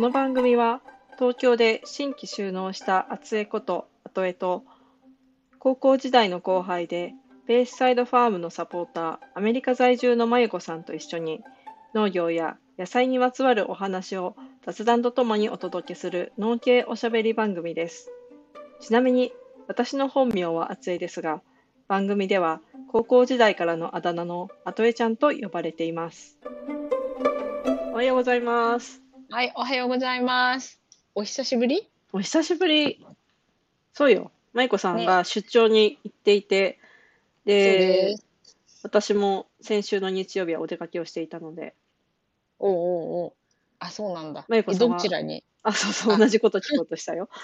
の番組は東京で新規就農した厚江こと後江と高校時代の後輩でベイサイドファームのサポーターアメリカ在住のまゆこさんと一緒に農業や野菜にまつわるお話を雑談とともにお届けする農系おしゃべり番組です。ちなみに私の本名は厚江ですが、番組では高校時代からのあだ名の後江ちゃんと呼ばれています。おはようございます。 はい、おはようございます。お久しぶりお久しぶり。そうよ。まゆこさんね。 が出張に行っていて、 そうでで、 す。 私も先週の日曜日はお出かけをしていたので、 おうおうおう。あ、そうなんだ。 まゆこさんどちは、 らに？ あ、そうそう、 あ、 同じこと聞こうとしたよ。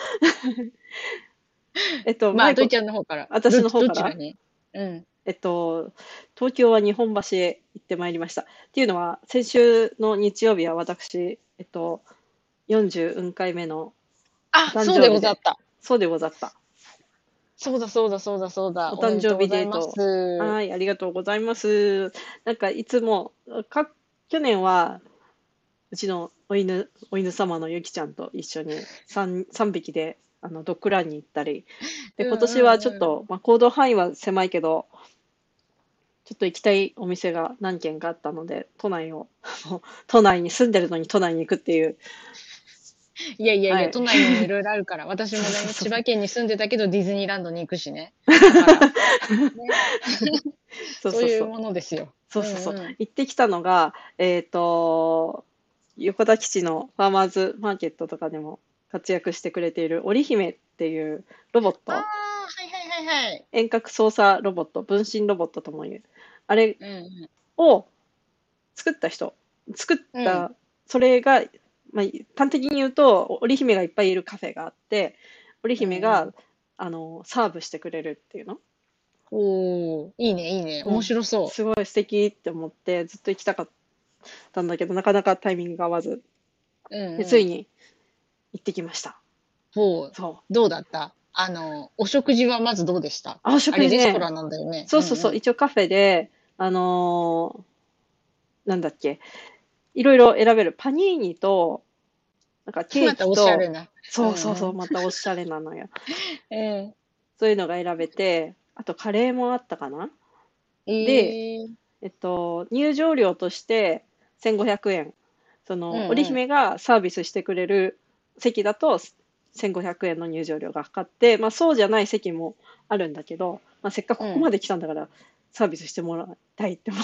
まあ、 まゆこ、 どいちゃんの方から。 私の方から、 どちらに？うん。 東京は日本橋へ行ってまいりました。っていうのは、先週の日曜日は私、40雲回目のおあ、 誕そうで生日で、 ござった。 そうでござった。 そうだそうだそうだそうだ。おめでとお誕生うございま日デート。 す。 はい、ありがとうございます。なんかいつも、去年はうちのお犬様のゆきちゃんと一緒に3匹でドッグランに行ったり、で、 うん今年はちょっうんうん。 と、まあ、行動範囲は狭いけど、ちょっと行きたいお店が何軒かあったので、都内に住んでるのに都内に行くっていう、 いやいやいや、 はい。 都内にもいろいろあるから。私そうもね、 そうそう。 千葉県に住んでたけどディズニーランドに行くしね。だから、ね、 そうそうそう。 そういうものですよ。うそうそうそう。 んうん。 行ってきたのが、横田基地のファーマーズマーケットとかでも活躍してくれている織姫っていうロボッああ、 ト、 はいはいはいはい。 遠隔操作ロボット、分身ロボットともいう、あれうんを作った人、作っうん。うん。 た、それが、まあ、端的に言うと、織姫がいっぱいいるカフェがあって、織うん姫が、 うん。 サーブしてくれるっていうの。 おお、いいね、いいね。面うん。 白そすごい素敵って思って、ずっと行きたかったんだけど、なかなかタイミングが合わず、 う。うんで、つうん。 いに行ってきました。 ほう。 そう。 どうだった？お食事はまずどうでした？ あ、おあれ、 食事ね。 レストランなんだよね。 そうそうそう。 うんうん。 一応カフェで、なんだっけ。いろいろ選べる。パニーニと、なんかケーまたおしゃれキと、 な。うそうそうそう。 んうん。 またおしゃれなのよ。 えそういうのが選べて、あとカレーもあったかな。で、 えええ、 入場料として1500円。その、織うんうん。 姫がサービスしてくれる席だと1500円の入場料がかかって、まあそうじゃない席もあるんだけど、まあせっかくうん。 ここまで来たんだからサービスしてもらいたいって思って。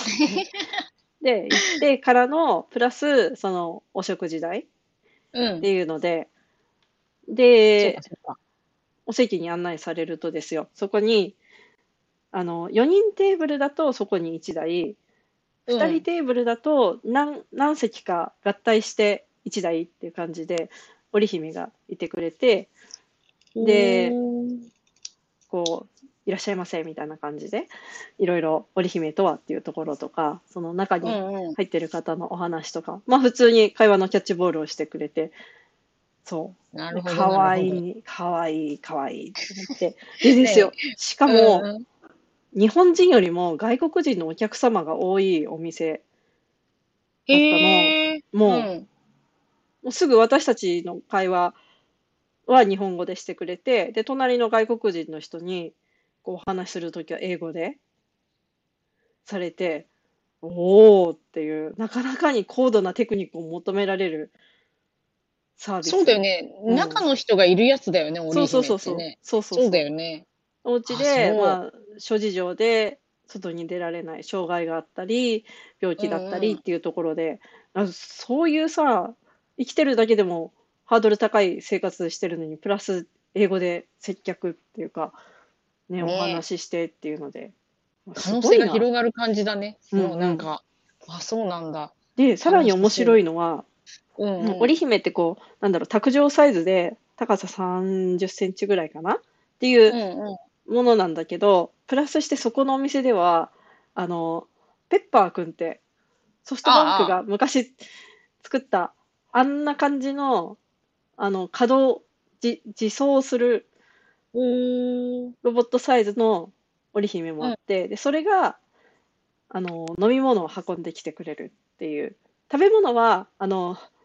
で、行ってからの、プラス、その、お食事代っうん。 ていうので、 そうかで、 そうか。 お席に案内されるとですよ、そこに、4人テーブルだとそこに1台、2人うん。 テーブルだと何席か合体して1台っていう感じで、織姫がいてくれて、 おで、 ー。 こう、いらっしゃいませみたいな感じで、いろいろ織姫とはっていうところとか、その中うにんうん。 入ってる方のお話とか、まあ普通に会話のキャッチボールをしてくれて、そう。で、 なるほどかなるほど。 わいい、かわいい、かわいいと思って。でですねよ。しかえ。うも、 んうん。 日本人よりも外国人のお客様が多いお店だったの。 へえ。うもん。 もうすぐ私たちの会話は日本語でしてくれて、で、隣の外国人の人にこうお話しするときは英語でされて、おーっていう、なかなかに高度なテクニックを求められるサービそうだよス。 ね。 うん。 中の人がいるやつだよね、 そう織そうそうそう。 姫ってね。 そうそうそうだそう。 よね。 お家あ、 で、 そまあ、諸事情で外に出られない、障害があったり、病う。う気だったりんうん。 っていうところで、そういうさ、生きてるだけでもハードル高い生活してるのに、プラス英語で接客っていうか、ね、おねえ。 話ししてっていうので、 可能性がすごいな。 広がる感じだね。 うんもううん。 なんか、あ、そうなんだ。 で、さらに面楽しそ白いのは、 う。うんうん。 織姫ってこう、なんだろう、卓上サイズで高さ30センチぐらいかなっていううんうん。 ものなんだけど、プラスしてそこのお店では、あの、ペッパーくんってソフトバンクああ、ああ。 が昔作ったあんな感じの、稼働、自走するおー。 ロボットサイズの織姫もあうん。 って、で、それが、飲み物を運んできてくれるっていう。食べ物は、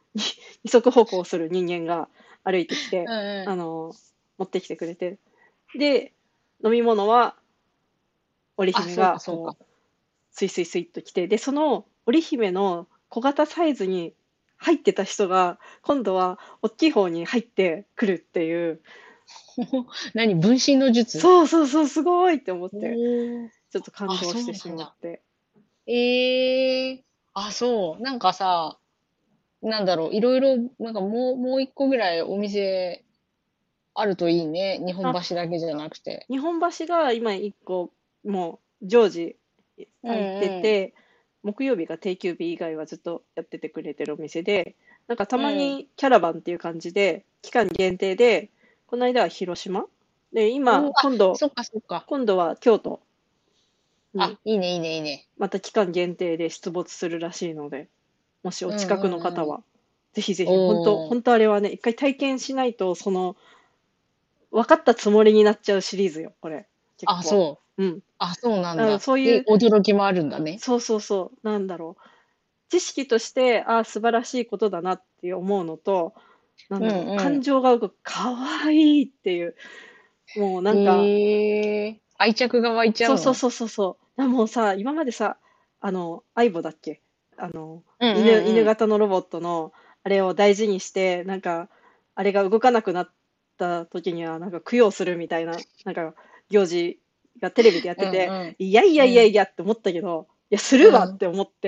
二足歩行する人間が歩いてきて、 うん持ってきてくれて、で、飲み物は織あ、 姫そうかそうか。 がこう、スイスイスイっと来て、で、その織姫の小型サイズに入ってた人が、今度は大きい方に入ってくるっていう、 何分身の術？ そうそうそう、すごいって思って、 おー。 ちょっと感あ、そう動してしなんだ。 まって。 ええあ、そう。なんかさ、なんだろう、いろいろ、なんかもう一個ぐらいお店あるといいね。日本あ、 橋だけじゃなくて。 日本橋が今1個、もう常時うん空いてうん。 て、木曜日が定休日以外はずっとやっててくれてるお店で、なんかたまうん。 にキャラバンっていう感じで、期間限定で、この間は広島で、今、 おー、あ、そっかそっか。 今度は京都にあ、いいねいいねいいね。 また期間限定で出没するらしいので、もしおうん近くのうんうん。 方は、ぜひぜひ、 おー。 本当あれはね、一回体験しないと、分かったつもりになっちゃうシリーズよ、これ。結あ、 構。 そう。 うん。 あ、そうなんだ。え、 そういう、 驚きもあるんだね。 そうそうそう、なんだろう。知識として、素晴らしいことだなって思うのと、なんうんだろう、感う情が動く、かわいいっていう、もうなん。 んか、 へえ。愛着が湧いちゃうの？ そうそうそうそうそう。もうさ、今までさ、相棒だっけうんうんうん。 犬型のロボットの、あれを大事にして、なんか、あれが動かなくなった時には、なんか供養するみたいな、なんか、行事がテレビでやっうてて、 んいやいやうん。うん。 いやいやって思ったけど、いや、すうん。 るわって思って、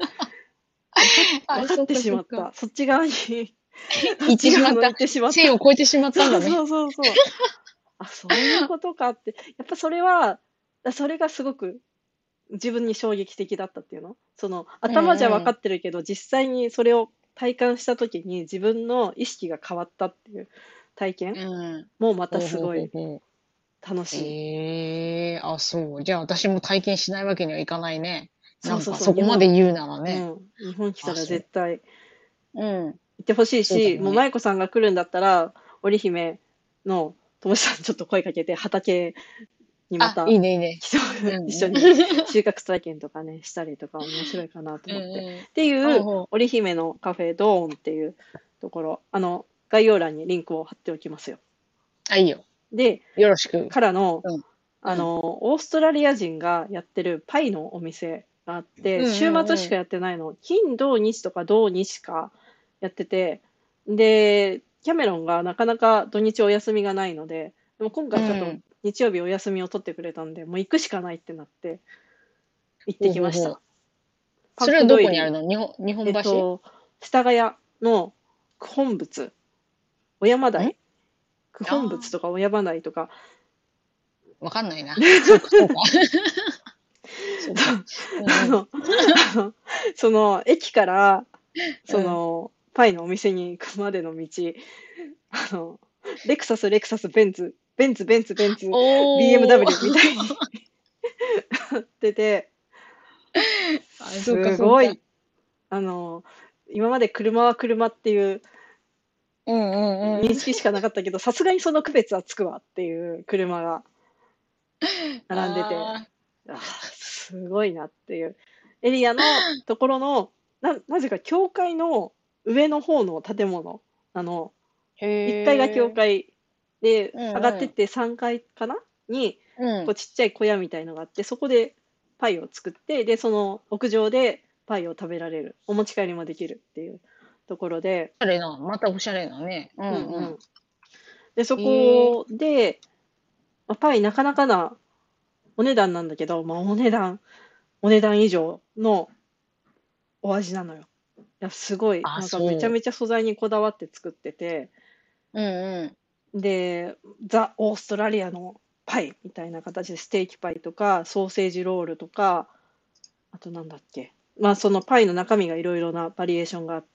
分あ、 かってそっかそっか。 しまった。そっち側にそっ行ってち側のしまった。 行ってしまった。 線を越えてしまったんだね。 そうそうそうそう。そういうことかって。やっぱそれは、それがすごく自分に衝撃的だったっていうのうん頭じゃ分かうん。 ってるけど、実際にそれを体感した時に自分の意識が変わったっていう体験うん。 もまたほうほうすごいほうほう。 楽しい。 ええあ、そう。じゃあ私も体験しないわけにはいかないね。なんそうそうそう、 かそこまで言うならね。 日本来たあ、 らそう。 絶対うん。 行ってほしいし、もうそうだね。 舞子さんが来るんだったら、織姫の友達さんちょっと声かけて、畑にまあ、 たいいね、いいね。 来てうんうん。 一緒に収穫体験とかね、したりとか面白いかなとうん思って。 うん。 っていうほうほう。 織姫のカフェドーンっていうところ、概要欄にリンクを貼っておきますよ。 あ、いいよ。 で、 よろしく。 からの、 うん。うん。 オーストラリア人がやってるパイのお店があって、 うん週うんうん。 末しかやってないの。金、土、日とか土日かやってて、で、キャメロンがなかなか土日お休みがないので、でも今回ちょっとうん。 日曜日お休みを取ってくれたんで、もう行くしかないってなって行ってほうきました。 ほうほう。 パンそれはクドイル、 どこにあるの？日本橋？ 世田谷の九本仏、小山ん台、九本仏あとか小山台とか、 あー、わかんないな。そうか、そうか。そうか。うんうん。 あの、その駅から、 うん。 パイのお店に行くまでの道、あの、レクサス、ベンツ、 お BMW みたいー。 になってて、 あ、そうか、 すごい、 そうか。 あの、今まで車は車っていううんうんうん。 認識しかなかったけど、さすがにその区別はつくわっていう車が並んでて、 ああ、 すごいなっていう。エリアのところの、なぜか教会の上の方の建物、あの、 へ 1階が教え。 会で、 うんうん。 上がってって3階かなに、 うん。 こうちっちゃい小屋みたいのがあって、そこでパイを作って、で、その屋上でパイを食べられる。お持ち帰りもできるっていうところで、 おしゃれな、またおしゃれなね。うんうんううん。 ん。で、そへえ。 こで、パイなかなかなお値段なんだけど、お値段以上のお味なのよ。いや、すごい、 あ、 なんかめちゃそめちゃ素材にこだわって作ってて、 う。うんうん。 で、ザ・オーストラリアのパイみたいな形でステーキパイとか、ソーセージロールとか、あとなんだっけ。まあそのパイの中身がいろいろなバリエーションがあって、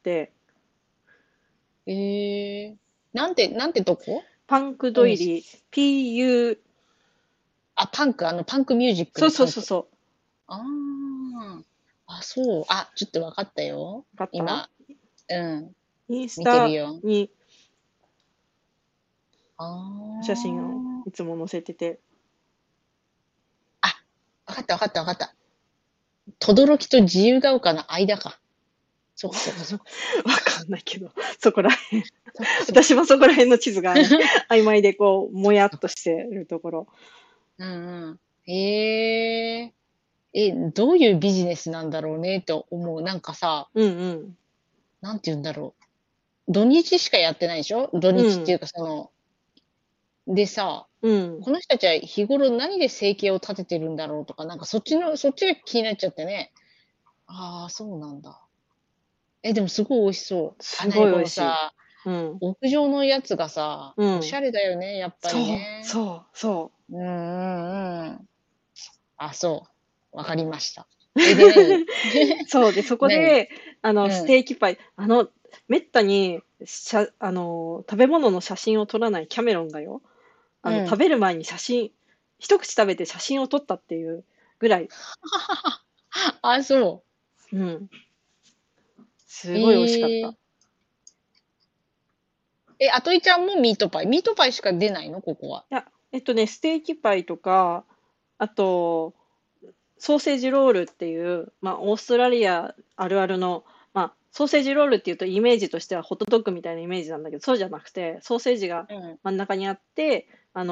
へえ。なんてとこ？ パンクドお店。 イリー、PU、 あ、パンク、パンクミュージックそうのパンク。 そうそうそああ。あ、そう。あ、ちょっとわかったよ。 う。わかった。 今。うん。 インス見てるタよ。 にあ写真をあ。 いつも載せてて、 あ、わかったわかったわかった。轟と自由が丘の間か。 そっかそっかそっか。 わかんないけど、そこら辺。 そっかそっか。 私もそこら辺の地図が曖昧でこう、もやっとしてるところ。 うんうん。へえ。どういうビジネスなんだろうねと思う。なんかさ、 うんうん。 なんて言うんだろう。土日しかやってないでしょ？土うん。 日っていうかでさ、 うん。 この人たちは日頃何で生計を立ててるんだろうとか、なんかそっちが気になっちゃってね。ああ、そうなんだ。でもすごい美味しそう。 すごいこ美味しい。 のさ、 うん。 屋上のやつがさ、 うん。 おしゃれだよね、やっぱりそう、 ね。 そう、そうんうんうん。あ、そう。わかりました。 う。 で何？ そう、で、そこ何？ で、スうん。 テーキパイ、めったに、食べ物の写真を撮らないキャメロンがよ、食うん。 べる前に一口食べて写真を撮ったっていうぐらい、 あ、そう。 うん、すごい美味しかった。 ええ。あといちゃんもミートパイしか出ないのここは？ いや、ステーキパイとか、あと、ソーセージロールっていう、まあ、オーストラリアあるあるの、まあ、ソーセージロールっていうとイメージとしてはホットドッグみたいなイメージなんだけど、そうじゃなくて、ソーセージがうん。 真ん中にあって、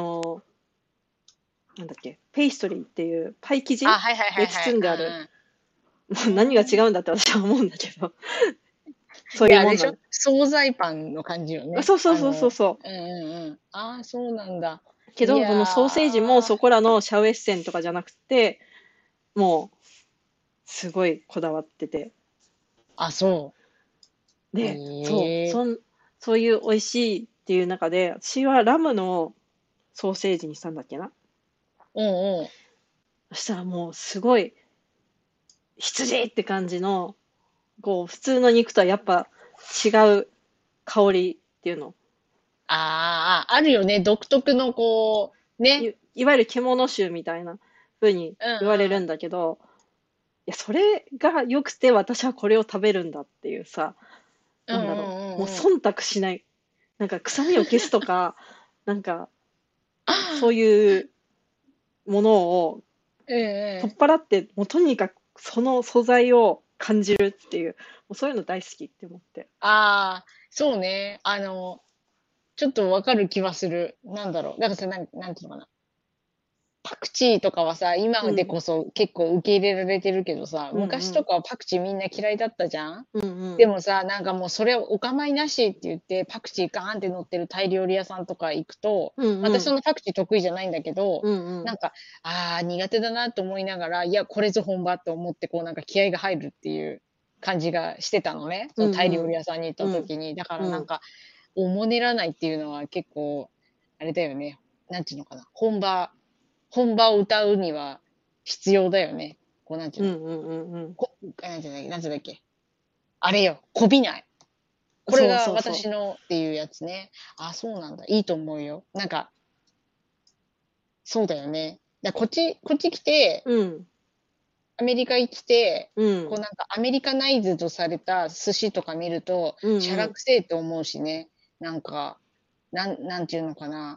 なんだっけ、ペイストリーっていうパイ生あ、 地はいはいはでいはい。 包んである、もう何がうんうん。 違うんだって私は思うんだけど、そういうあれでしょ？ もんなの。 惣菜パンの感じよあ、 ね。 そうそうそうそうそうんうんうん。ああ、そうなんだ。 う。けいど、そのソーやセージもそこらのシャウエッセンとかじゃなくて、もう、すごいこだわってて。 そで、そう、 う。ええ。 そういう美味しいっていう中で、私はラムのソーセージにしたんだっけな。 うんうん。 そしたらもうすごい羊って感じの、こう、普通の肉とはやっぱ違う香りっていうの。 ああ、あるよね。独特のね。 いわゆる獣臭みたいな風にうんうん。 言われるんだけど、いや、それが良くて私はこれを食べるんだっていうさ、 うんうんなんだろう、もううんうん。 忖度しない。なんか臭みを消すとか、なんかそういうものをうんう取っん。 払って、もうとにかくその素材を感じるっていう、もうそういうの大好きって思って。 ああ、そうね。ちょっとわかる気はする。なんだろう。だからさ、なんていうのかな。パクチーとかはさ、今でうん。 こそ結構受け入れられてるけどさ、 うんうん。 昔とかはパクチーみんな嫌いだったじゃん。 うんうん。 でもさ、なんかもうそれをお構いなしって言って、パクチーガーンって乗ってるタイ料理屋さんとか行くと、私うんうん。 そのパクチー得意じゃないんだけど、 うんうん。 なんか、苦手だなと思いながら、いや、これぞ本場と思って、なんか気合が入るっていう感じがしてたのね。そのタイ料理うんうん。 屋さんに行ったうん。 時に。だからうん。 なんか、おもねらないっていうのは結構、あれだよね。なんていうのかな。本場を歌うには必要だよね。なんていうの。 うんうんうんうん。 なんていうんだっけ。あれよ、こびない。これそうがそうそ私のっていうやつね。そうなんだ。いいと思うよ。なんか、そうだよね。こっち来て、 う。うん。 アメリカに来て、 うん。 なんかアメリカナイズドされた寿司とか見ると、 うんうん。 しゃらくせえと思うしね。なんか、なんていうのかな。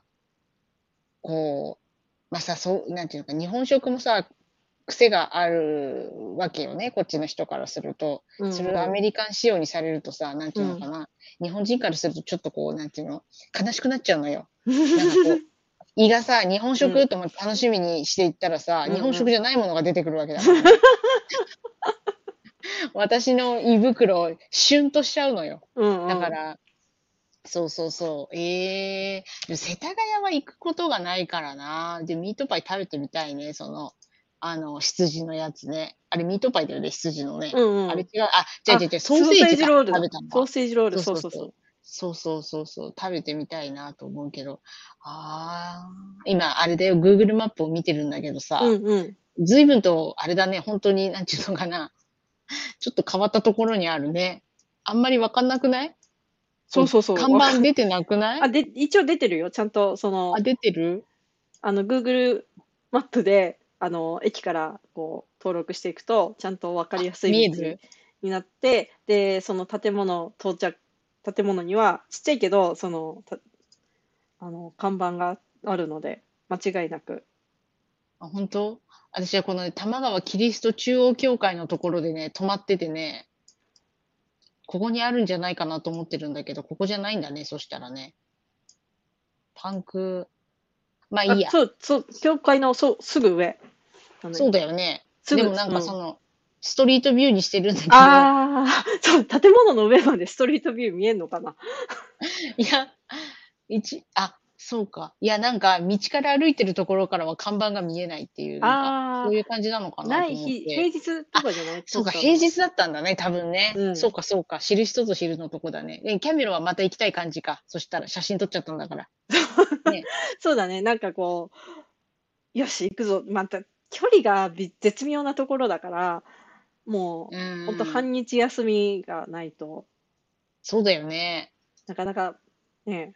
なんていうのか、日本食もさ、癖があるわけよね、こっちの人からすると。それがアうんうん。 メリカン仕様にされるとさ、なんてうん。 いうのかな、日本人からするとちょっとなんていうの、悲しくなっちゃうのよ。なんか胃がさ、日本うん。 食と思って楽しみにしていったらさ、日本うんうん。 食じゃないものが出てくるわけだからね。私の胃袋、シュンとしちゃうのよ。 うんうん。 だからそうそうそう。で世田谷は行くことがないからな。で、ミートパイ食べてみたいね。羊のやつね。あれミートパイだよね、羊のね。 うんうん。 あれ違う。 あ、 違う、ソーソーセーセージか。 ジロールだ。ソー食べたのは。 セージロール、 そうそうそう。 そうそうそう。 食べてみたいなと思うけど。今、あれだよ、Google マップを見てるんだけどうさ、 んうん。 随分と、あれだね、本当に、なんていうのかな。ちょっと変わったところにあるね。あんまりわかんなくない？ そうそうそう、 看板出てなくない？ 一応出てるよ。ちゃんと、 出てる？ Google マップで、駅からこう、登録していくと、ちゃんとわかりやすい道見える？ になって、で、その建物には、ちっちゃいけど、看板があるので、間違いなく。 本当？私はこのね、多摩川キリスト中央教会のところでね、泊まっててね、 ここにあるんじゃないかなと思ってるんだけど、ここじゃないんだね、そしたらね。パンク、まあいいあ、 や。 そう、教会の、そう、すぐ上。 そうだよね。 すぐ、 でもなんうん。 かストリートビューにしてるんだけど、 ああ、そう、建物の上までストリートビュー見えんのかな。 いや、そうか。いや、なんか道から歩いてるところからは看板が見えないっていう、なんか、そああ、 ういう感じなのかなと思って。 平日とあ、 かじゃない撮そうか、 ったのは。 平日だったんだね、多分ね。 うん。 そうかそうか、知る人ぞ知るのとこだね。キャメロはまた行きたい感じか。そしたら写真撮っちゃったんだから。ね。 そうだね、なんかこう、よし、行くぞ。また、距離が絶妙なところだから、もうう、ほんとん。 半日休みがないと、 そうだよね。 なかなか、ね、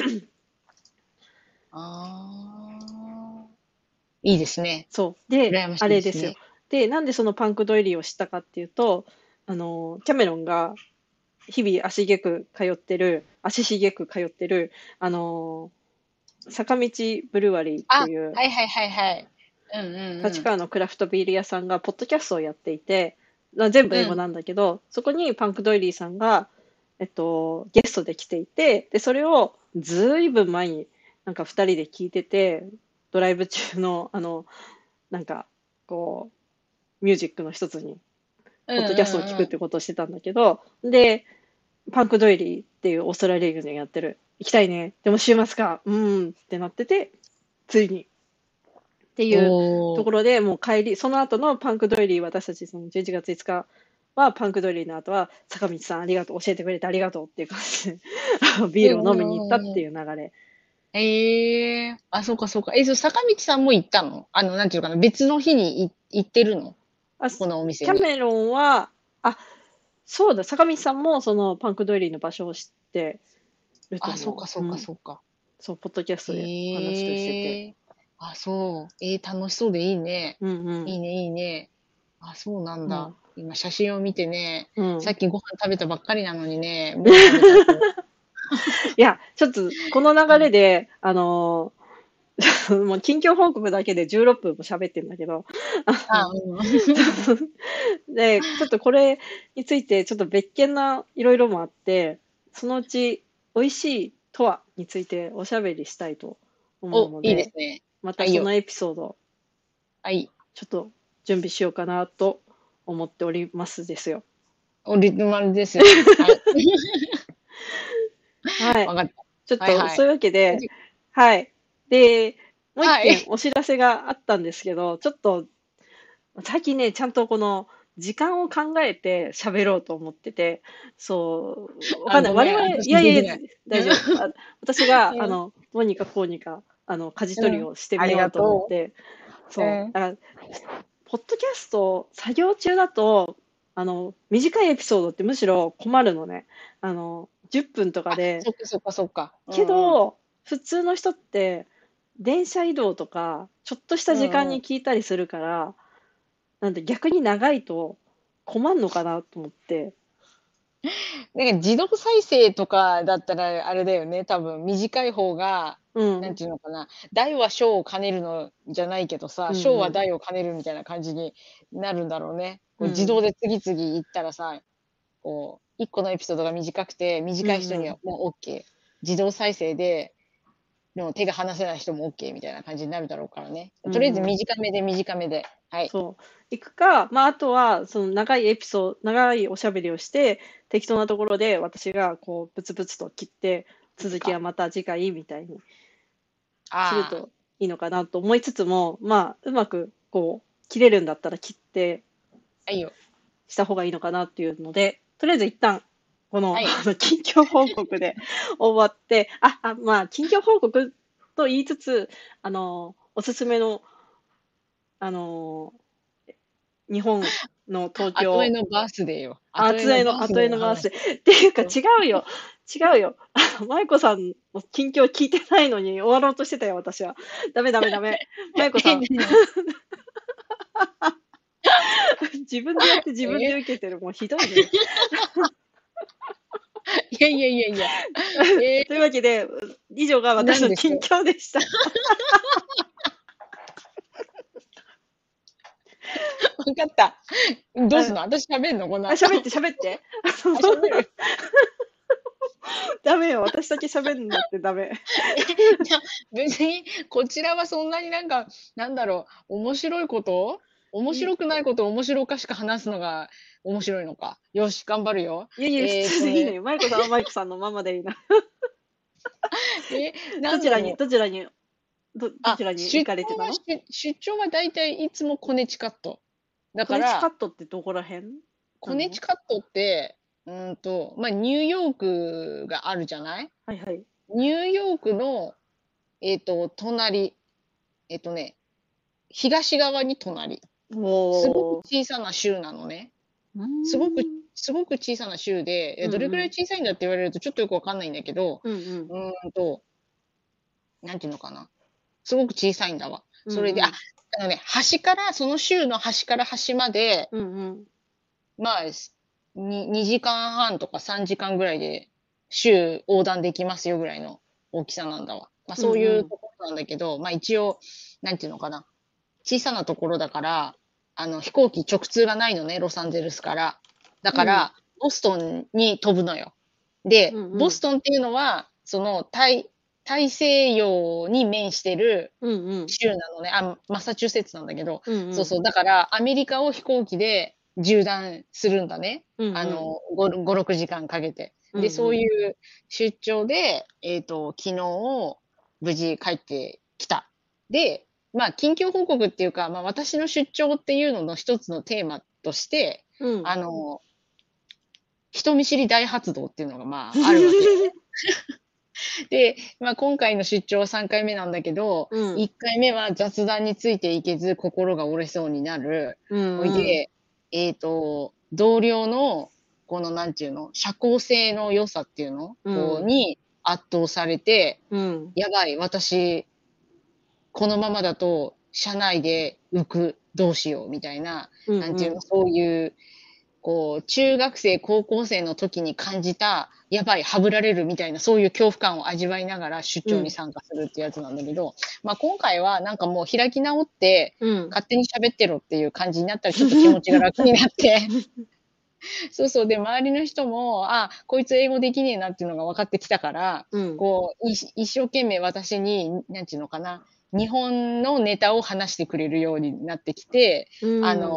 ああ。いいですね。 そう。で、 羨ましあれですよ。 いですね。 で、なんでそのパンクドイリーを知ったかっていうと、キャメロンが日々足しげく通ってる、あの、坂道ブルワリーってあ、 いうはいはいはいはい。うんうんうん。 立川のクラフトビール屋さんがポッドキャストをやっていて、全部うん。 英語なんだけど、そこにパンクドイリーさんが、ゲストで来ていて、で、それをずいぶん前になんか二人で聞いてて、ドライブ中の、なんか、こミュージックの一つに、 うんポッドキャストを聞くっうんうん。 てことをしてたんだけど、で、パンクドイリーっていうオーストラリアでやってる。行きたいね。でも週末か。ってなってて、ついに。っていうとおー。 ころで、もう帰り、その後のパンクドイリー、私たちその11月5日は、パンクドイリーの後は、坂道さんありがとう、教えてくれてありがとうっていう感じで、ビールを飲みに行ったってうんうんうん。 いう流れ。 ええ、あ、そうかそうか。坂道さんも行ったの？なんていうのかな、別の日に行ってるの？ あ、 このお店に。 キャメロンは、あ、そうだ、坂道さんもそのパンクドイリーの場所を知ってるとあ、そう思う。 かそううん。 かそうか。 そう、ポッドキャストでお話をしてて。 ええ。あ、そう。楽しそうでいいね。 うんうん。 いいねいいね。あ、そうなんだ。 も今写真を見てね、 う、うん。 さっきご飯食べたばっかりなのにね、もう食べたよ。 いや、ちょっと、この流れで、もう近況報告だけで16分も喋ってんだけど、ああ、 の、 うん。 で、ちょっとこれについて、ちょっと別件ないろいろもあって、そのうち、美味しいとはについておしゃべりしたいと思うお、いいですので、 ね。 まあ、いいよ。 たそのエピソード、 はい。 ちょっと準備しようかなと思っておりますですよ。 オリジナルですよ。はい。 はい。 わかった。 ちょっと、 はいはい。 そういうわけで、はい。で、もう一はい。 件お知らせがあったんですけど、ちょっと、最近ね、ちゃんとこの、時間を考えて喋ろうと思ってて、そう、わかんない。 ごめん、 いやいやいや、 私できない。 大丈夫。私が、 うん。 どうにかこうにか、舵取りうん。 をしてありみようと思っがとて、 う。うそう、 ん。 だからポッドキャスト、作業中だと、短いエピソードってむしろ困るのね。10分とかあ、 で、 そっかそっかそっか。うけんうん。 ど、普通の人って、電車移動とか、ちょっとした時間うんうん。 に聞いたりするから、なんで逆に長いと困んのかなと思って。 自動再生とかだったらあれだよね、多分短い方が、なんうん。 ていうのかな、大は小を兼ねるのじゃないけどさ、小はうんうん。 大を兼ねるみたいな感じになるんだろうね。こう自動うん。 で次々行ったらさ、こう、1個のエピソードが短くて、 う短い人にはんうん。 もうオッケー。自動再生で、でも手が離せない人もオッケーみたいな感じになるだろうからね。とりあえずうんうん。 短めで短めで、はい。 そう。行くか、まあ、あとは、その長いおしゃべりをして、適当なところで私がこう、ブツブツと切って、 いつか。 続きはまた次回みたいにするああ、 といいのかなと思いつつも、まあ、うまくこう、切れるんだったら切ってはいよ。 した方がいいのかなっていうので、とりあえず一旦、この、 はい。 近況報告で終わって、まあ、近況報告と言いつつ、おすすめの、あの、日本の東京、 アトエのバースデーよ。アトエのバース後デーの話。 絵の回しっていうかそう。 違うよ。違うよ。舞子さんの近況聞いてないのに終わろうとしてたよ、私は。ダメダメダメ。舞子さん、 何？ 自分でやって自分でえ？ 受けてる。もうひどいね。 いやいやいやいや。えというわけで、以上が私の近なんでしょう。 況でした。 わかった。どうすんあ、 の私喋んのこのあ、 後。 喋って喋って。 喋る。 ダメよ、私だけ喋るんだってダメ。 じゃあ、別に、こちらはそんなになんか、なんだろう、面白いこと面い白くないことを面白おかしく話すのが面白いのか。よし、頑張るよ。 いやいや、普通でいいのね、 よ。マイコさんはマイコさんのままでいいな。 なんだろう。 どちらに行かれてたの？ 出張はだいたいいつもコネチカット。だコネチカから、 ットってどこら辺コネなの？ チカットって、まあ、ニューヨークがあるじゃないはいはい。 ニューヨークの、隣、えっとね、東側に隣。すごくおー。 小さな州なのね。 うーすごく、 ん。 すごく小さな州で、 うんどれくらいうん。 小さいんだって言われるとちょっとよくわかんないんだけど、 うんうん。 うーんと、なんていうのかな。すごく小さいんだわ。それで、 うんうん。 その州の端から端まで、 うんうん。 まあ、2時間半とか3時間ぐらいで州横断できますよぐらいの大きさなんだわ。まあうんそういうん。 うところなんだけど、まあ一応、なんていうのかな。小さなところだから、飛行機直通がないのね、ロサンゼルスから。だうん。 から、ボストンに飛ぶのよ。で、 うんうん。 ボストンっていうのは、大西洋に面してるうんうん。 州なのね。マサチューセッツなんだけど、 うんうん。 そうそう、だからアメリカを飛行機で縦断するんだね。 うんうん。 5、6時間かけて。で、 うんうん。 そういう出張で、昨日無事帰ってきた。で、まあ、近況報告っていうか、まあ、私の出張っていうのの一つのテーマとして、 うん。 あの、人見知り大発動っていうのが、まあ、あるわけよ。で、まあ、今回の出張は3回目なんだけど、 うん。 1回目は雑談についていけず、心が折れそうになる。 うんうん。 ほいで、同僚の、このなんていうの、社交性の良さっていうのうん。 に圧倒されて、 うん。 やばい、私、このままだと社内で浮く、どうしようみたいな、なんていうの、 うんうん。 そういう中学生、高校生の時に感じた、やばい、はぶられるみたいな、そういう恐怖感を味わいながら出張にうん。 参加するってやつなんだけど、まあ、今回はなんかもう開き直って、 うん。 勝手に喋ってろっていう感じになったらちょっと気持ちが楽になって、そうそう、で、周りの人も、こいつ英語できねえなっていうのが分かってきたから、 うん。 一生懸命私に、なんていうのかな、日本のネタを話してくれるようになってきて、 うん。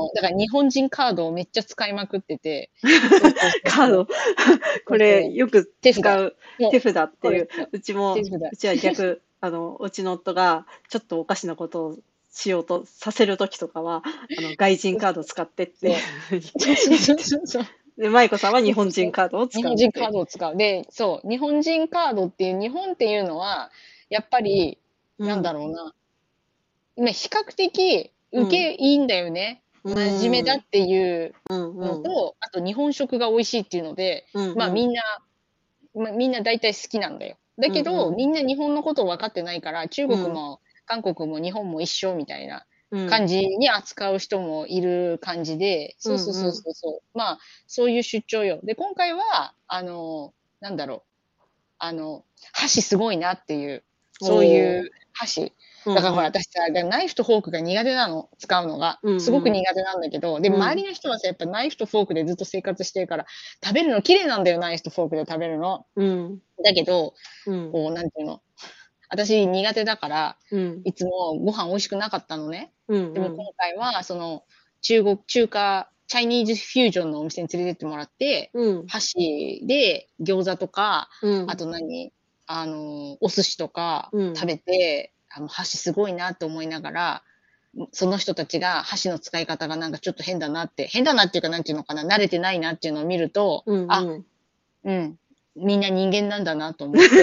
だから日本人カードをめっちゃ使いまくってて、そうそうそうそう。 カード。こそうそれ、 う。 よく手札。 使う手もう、 札っていう、 これそう。手札。 うちは逆、うちの夫が、ちょっとおかしなことをしようとさせるときとかは、外人カード使ってってそう。 言そうそうそうってそうそう。 で、舞子さんは日本そうそうそう。 人カードを日本人カー使うって。 ドを使う。で、そう、日本人カードっていう、日本っていうのは、やっぱり、なんだうん。 ろうな、今比較的受うん。 けいいんだよね。 う真面目だっん。 ていううんうん。 のと、あと日本食が美味しいっていうので、まあうんうん。 みんな大体好きなんだよ。だけど、 うんうん。 みんな日本のことを分かってないから、中うん。 国も韓国も日本も一緒みたいなうん。 感じに扱う人もいる感じで、 うそうそうそうんうん。 そうそう。まあ、そういう出張よ。で、今回は、なんだろう、箸すごいなっていう、そういおー。 う箸。だからほら、 うんうん。 私さ、ナイフとフォークが苦手なの、使うのが。すごくうんうん。 苦手なんだけど、で、 うん。 周りの人はさ、やっぱナイフとフォークでずっと生活してるから、食べるの綺麗なんだよ、ナイフとフォークで食べるの。 うん。 だけど、 うん。 なんていうの、私苦手だから、 うん。 いつもご飯美味しくなかったのね。 うんでもうん。 今回は、中華、チャイニーズフュージョンのお店に連れてってもらって、 うん。 箸で餃子とか、あうん。 とお寿司とかうん。 食べて、箸すごいなって思いながら、その人たちが箸の使い方がなんかちょっと変だなっていうか、なんていうのかな、慣れてないなっていうのを見ると、 うんうん。 うん、みんな人間なんだなと思って、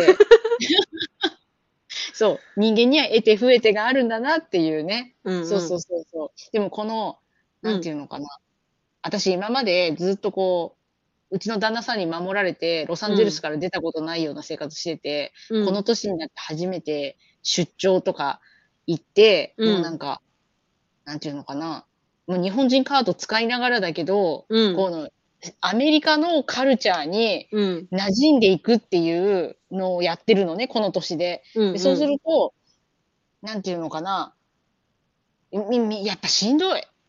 そう、人間には得手不得手があるんだなっていうね。 うんそうそううん。 そうそう。でもなんてうん。 いうのかな、私今までずっとうちの旦那さんに守られて、ロサンゼルスうん。 から出たことないような生活してて、このうん。 年になって初めて出張とか行って、 うん。 もうなんか、なんていうのかな、もう日本人カード使いながらだけど、 うん。 アメリカのカルチャーにうん。 馴染んでいくっていうのをやってるのね、この年で。で、そうすうんうん。 ると、なんていうのかな、やっぱしんどい。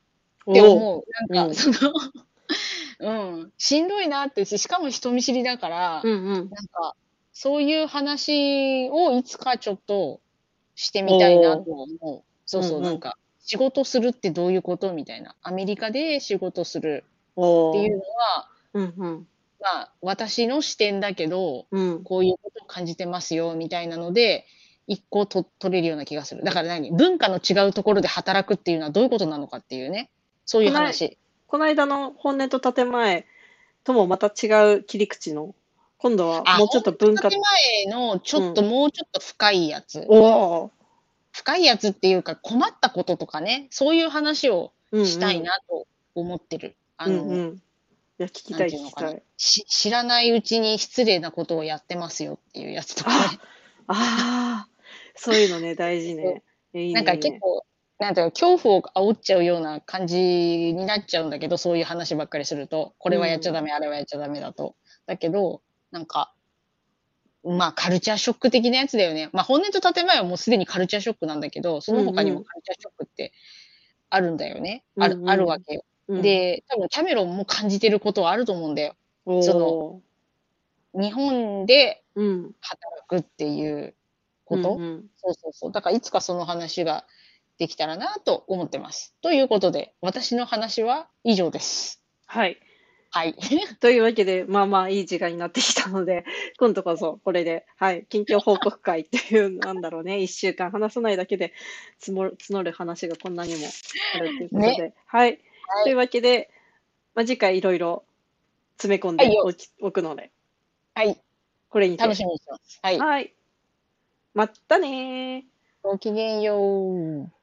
ておお。 思う。なんか、 うん。 うん、しんどいなって、しかも人見知りだから、 うんうん。 なんか、そういう話をいつかちょっとしておみたいなお。 とは思う。そうそう、 うんうん。 なんか、仕事するってどういうことみたいな。アメリカで仕事するっておお。 いうのは、 うんうん。 まあ、私の視点だけど、 うん。 こういうことを感じてますよみたいなので、一個取れるような気がする。だから文化の違うところで働くっていうのはどういうことなのかっていうね、そういうこない話。 こないだの本音と建前ともまた違う切り口の、今度はあ、 もうちょっと文化。 本当建前のちょっとうん。 もうちょっと深いやつ。 おお。 深いやつっていうか、困ったこととかね、そういう話をしたいうんうん。 なと思ってる。 うんうん。いや、聞きたい聞なんていうのかな、 きたい。 知らないうちに失礼なことをやってますよっていうやつとかあ、 ね。 ああ、そういうのね、大事そう。 ね。いいなんねいいね。 か結構、なんていうの、恐怖を煽っちゃうような感じになっちゃうんだけど、そういう話ばっかりすると、これはやっちゃうん。 ダメ、あれはやっちゃダメだと。だけど、なんか、まあ、カルチャーショック的なやつだよね。まあ、本音と建前はもうすでにカルチャーショックなんだけど、その他にうんうん。 もカルチャーショックってあるんだよね。あるうんうん。 わけよ。 うん。 で、多分キャメロンも感じてることはあると思うんだよ。 おその、 お。 日本でうん。 働くっていううんうこと。 ん。 そうそうそう。だからいつかその話ができたらなと思ってます。ということで、私の話は以上です。 はい。 はい。 というわけで、まあまあいい時間になってきたので、今度こそこれで、はい、近況報告会っていう、なんだろうね、1週間話さないだけで募る話がこんなにもあるということね。 で、はい。というはい。 わけで、まあ、次回いろいろ詰め込んはいよ。 でおくので、 はい。 これにて。 楽しみにしてます。はい。 はい。まったねー。 ごきげんよう。